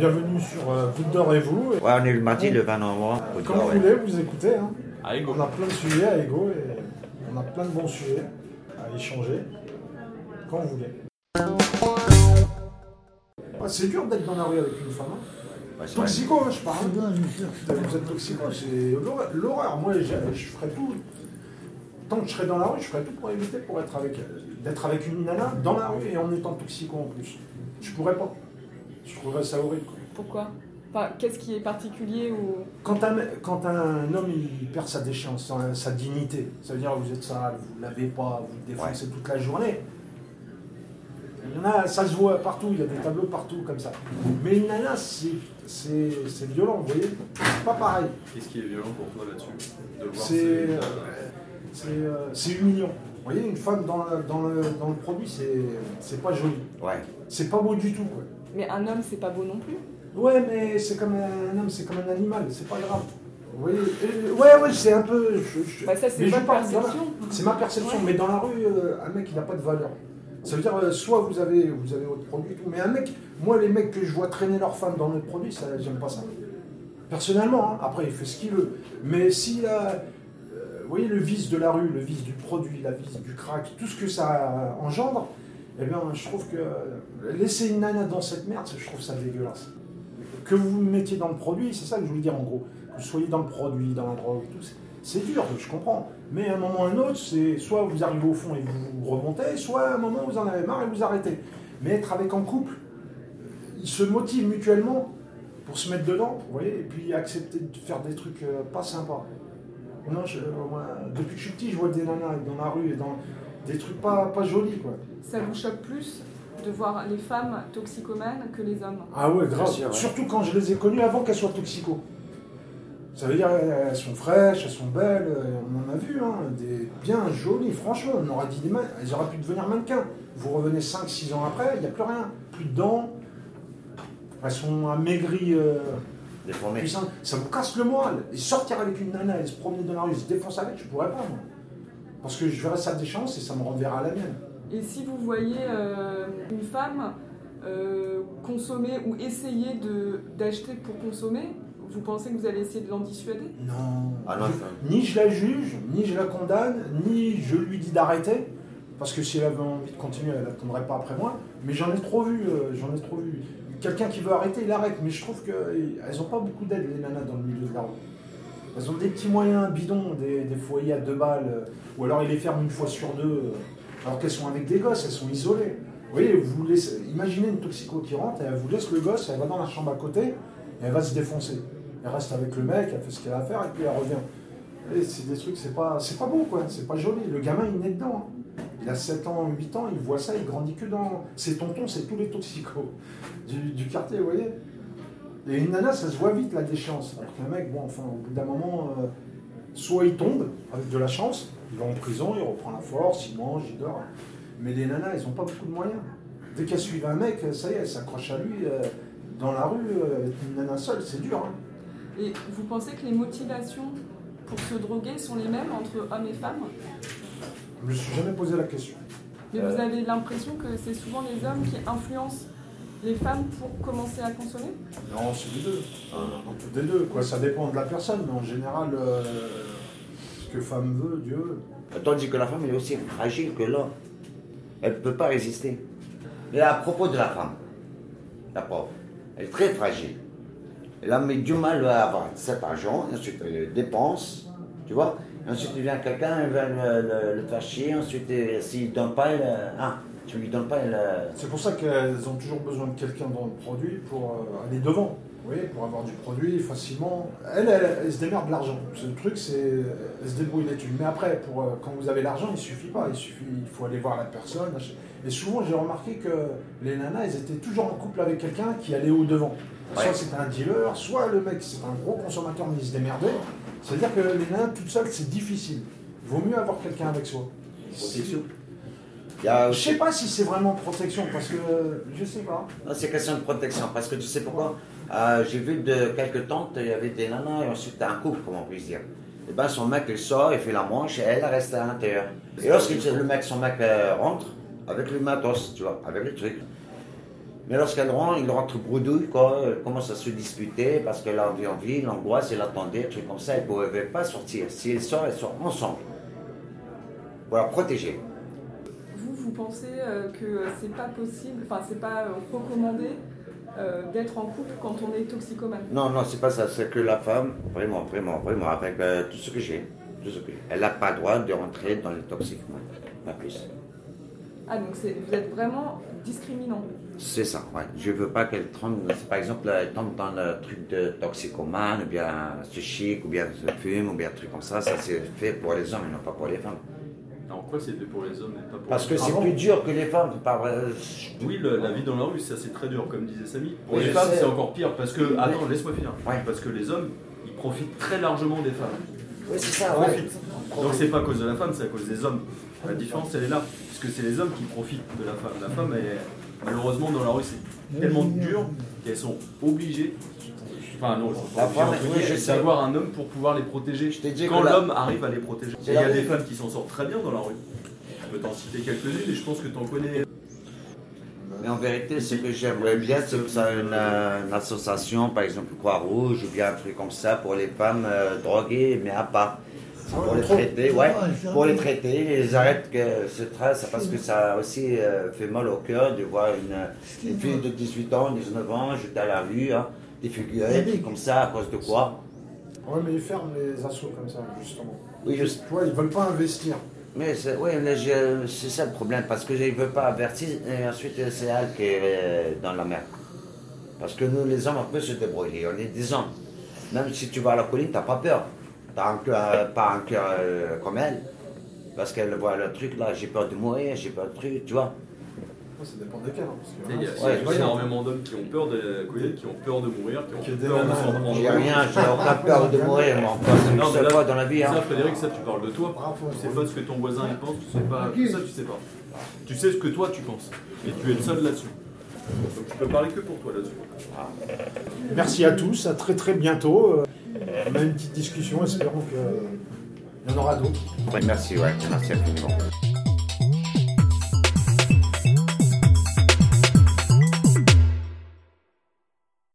Bienvenue sur Goutte d'Or et vous. Ouais, on est le mardi, le 20 novembre. Comme vous voulez, vous écoutez. Hein. À Ego. On a plein de sujets à Ego et on a plein de bons sujets à échanger quand vous voulez. C'est dur d'être dans la rue avec une femme. Hein. Ouais, c'est Toxico, hein, je parle. Vous êtes toxico, c'est l'horreur. Moi, je ferais tout. Tant que je serais dans la rue, je ferais tout pour éviter d'être avec une nana dans la rue et en étant toxico en plus. Je pourrais pas. Je trouverais ça horrible. Quoi. Pourquoi? Enfin, qu'est-ce qui est particulier ou... Quand un homme il perd sa déchéance, sa dignité, ça veut dire que vous êtes sale, vous ne lavez pas, vous défoncez toute la journée. Il y en a, ça se voit partout, il y a des tableaux partout comme ça. Mais une nana, c'est violent, vous voyez. C'est pas pareil. Qu'est-ce qui est violent pour toi là-dessus de voir c'est humiliant. Vous voyez, une femme dans le produit, c'est pas joli. Ouais. C'est pas beau du tout, quoi. Mais un homme, c'est pas beau non plus. Ouais, mais c'est comme un homme, c'est comme un animal, c'est pas grave. Vous voyez, ouais, c'est un peu. Bah ça, c'est ma perception. C'est ma perception, Ouais. mais dans la rue, un mec, il n'a pas de valeur. Ça veut dire, soit vous avez votre produit et tout, mais un mec, moi, les mecs que je vois traîner leurs femmes dans notre produit, ça, j'aime pas ça. Personnellement, hein, après, il fait ce qu'il veut. Mais s'il a. Vous voyez, le vice de la rue, le vice du produit, la vice du crack, tout ce que ça engendre, eh bien, je trouve que laisser une nana dans cette merde, je trouve ça dégueulasse. Que vous vous mettiez dans le produit, c'est ça que je voulais dire en gros. Que vous soyez dans le produit, dans la drogue et tout, c'est dur, je comprends. Mais à un moment ou à un autre, c'est soit vous arrivez au fond et vous remontez, soit à un moment vous en avez marre et vous arrêtez. Mais être avec un couple, ils se motivent mutuellement pour se mettre dedans, vous voyez, et puis accepter de faire des trucs pas sympas. Non, moi, depuis que je suis petit, je vois des nanas dans la rue et dans des trucs pas jolis, quoi. Ça vous choque plus de voir les femmes toxicomanes que les hommes? Ah ouais, grave. Sûr, ouais. Surtout quand je les ai connues avant qu'elles soient toxico. Ça veut dire elles sont fraîches, elles sont belles, on en a vu, hein, des bien jolies, franchement, on aurait dit elles auraient pu devenir mannequins. Vous revenez 5-6 ans après, il n'y a plus rien, plus de dents, elles sont amaigries, Déformé. puissantes. Ça vous casse le moral. Et sortir avec une nana et se promener dans la rue, se défoncer avec, je pourrais pas, moi. Parce que je verrais sa déchéance et ça me renverra à la mienne. Et si vous voyez une femme consommer ou essayer d'acheter pour consommer, vous pensez que vous allez essayer de l'en dissuader? Non. Ah non, Ni je la juge, ni je la condamne, ni je lui dis d'arrêter. Parce que si elle avait envie de continuer, elle n'attendrait pas après moi. Mais j'en ai trop vu, Quelqu'un qui veut arrêter, il arrête. Mais je trouve qu'elles n'ont pas beaucoup d'aide, les nanas, dans le milieu de la rue. Elles ont des petits moyens bidons, des foyers à 2 balles, ou alors ils les ferment une fois sur 2, alors qu'elles sont avec des gosses, elles sont isolées. Vous voyez, vous laissez, imaginez une toxico qui rentre, et elle vous laisse le gosse, elle va dans la chambre à côté, et elle va se défoncer. Elle reste avec le mec, elle fait ce qu'elle a à faire, et puis elle revient. Et c'est des trucs, c'est pas beau, quoi, c'est pas joli. Le gamin, il naît dedans. Hein. Il a 7 ans, 8 ans, il voit ça, il grandit que dans... Ses tontons, c'est tous les toxicos du quartier, vous voyez. Et une nana, ça se voit vite, la déchéance. Alors qu'un mec, bon, enfin, au bout d'un moment, soit il tombe, avec de la chance, il va en prison, il reprend la force, il mange, il dort. Mais les nanas, elles n'ont pas beaucoup de moyens. Dès qu'elles suivent un mec, ça y est, elles s'accrochent à lui dans la rue, avec une nana seule, c'est dur. Hein. Et vous pensez que les motivations pour se droguer sont les mêmes entre hommes et femmes? Je me suis jamais posé la question. Mais vous avez l'impression que c'est souvent les hommes qui influencent les femmes pour commencer à consommer? Non, c'est les deux. Tout des deux, quoi. Ça dépend de la personne, mais en général, ce que femme veut, Dieu veut. Tandis que la femme est aussi fragile que l'homme. Elle ne peut pas résister. Mais à propos de la femme, la pauvre, elle est très fragile. Elle a mis du mal à avoir cet argent, et ensuite elle dépense, tu vois. Et ensuite il vient quelqu'un, elle va le faire chier, ensuite s'il ne donne pas, tu lui donnes pas, C'est pour ça qu'elles ont toujours besoin de quelqu'un dans le produit pour aller devant. Vous voyez, pour avoir du produit facilement. Elle se démerde de l'argent. Le truc, c'est elle se débrouille les thunes. Mais après, quand vous avez l'argent, il ne suffit pas. Il faut aller voir la personne. Et souvent, j'ai remarqué que les nanas, elles étaient toujours en couple avec quelqu'un qui allait au devant. Soit Ouais. c'était un dealer, soit le mec, c'est un gros consommateur, mais il se démerdait. C'est-à-dire que les nanas, toutes seules, c'est difficile. Il vaut mieux avoir quelqu'un avec soi. protection. Il y a Je aussi- sais pas si c'est vraiment protection, parce que je sais pas. Non, c'est question de protection, parce que tu sais pourquoi? J'ai vu de quelques tantes, il y avait des nanas, et ensuite un couple, comment on peut dire. Et ben son mec, il sort, il fait la manche, et elle reste à l'intérieur. Et lorsque son mec rentre, avec le matos, tu vois, avec le truc. Mais lorsqu'elle rentre, il rentre bredouille, quoi. Elle commence à se disputer parce qu'elle a envie, l'angoisse, elle attendait, trucs comme ça. Elle ne pouvait pas sortir. Si elle sort ensemble. Pour la protéger. Vous pensez que c'est pas possible, enfin c'est pas recommandé d'être en couple quand on est toxicomane? Non, c'est pas ça. C'est que la femme, vraiment, avec tout ce que j'ai, elle n'a pas le droit de rentrer dans les toxicomanes. Pas plus. Ah, donc vous êtes vraiment discriminant? C'est ça, ouais. Je veux pas qu'elle tombe, par exemple, elle tombe dans le truc de toxicomane, ou bien se chic, ou bien se fume, ou bien un truc comme ça. Ça, c'est fait pour les hommes et non pas pour les femmes. Alors, pourquoi c'est fait pour les hommes et pas pour Parce les que femmes? c'est plus dur que les femmes. Oui, la vie dans la rue, ça c'est très dur, comme disait Samy. Pour Oui, les je femmes, sais. c'est encore pire, parce que... Attends, laisse-moi finir. Ouais. Parce que les hommes, ils profitent très largement des femmes. Oui, c'est ça, Ils ouais. profitent. Donc c'est pas à cause de la femme, c'est à cause des hommes. La différence, elle est là. Puisque c'est les hommes qui profitent de la femme. La femme, malheureusement, dans la rue, c'est tellement dur qu'elles sont obligées... Enfin non, La femme, oui, je sais. d'avoir un homme pour pouvoir les protéger. Je t'ai dit quand que l'homme arrive à les protéger. C'est Et il y la a des vie. femmes qui s'en sortent très bien dans la rue. Je peux t'en citer quelques-unes et je pense que tu en connais. Mais en vérité, ce que j'aimerais bien, c'est que ça ait une association, par exemple Croix-Rouge, ou bien un truc comme ça, pour les femmes droguées, mais à part. Pour les traiter, ouais, pour les traiter, ils arrêtent que ce trace, parce que ça aussi fait mal au cœur de voir une fille de 18 ans, 19 ans, jetée à la rue, hein, défigurée, puis comme ça, à cause de quoi? Ouais, mais ils ferment les assos comme ça, justement. Oui, Tu vois, ils veulent pas investir. Mais c'est ça le problème, parce que je ne veux pas avertir, et ensuite c'est elle qui est dans la merde. Parce que nous, les hommes, on peut se débrouiller, on est des hommes. Même si tu vas à la colline, tu n'as pas peur. Tu n'as pas un cœur comme elle. Parce qu'elle voit le truc là, j'ai peur de mourir, j'ai peur de truc, tu vois. Ça dépend des cas. Parce Il y que, a énormément d'hommes qui ont peur de la colline, qui ont peur de mourir, qui ont peur de s'en prendre. J'ai rien, j'ai aucune peur de mourir, moi. C'est une seule fois dans la vie. Hein. Ça, Frédéric, ça, tu parles de toi. Bravo. Tu sais pas ce que ton voisin il pense, tu sais pas. Ça, tu sais pas. Tu sais ce que toi tu penses. Et tu es le seul là-dessus. Donc tu peux parler que pour toi là-dessus. Merci à tous, à très très bientôt. On a une petite discussion, espérons qu'il y en aura d'autres. Ouais, merci infiniment.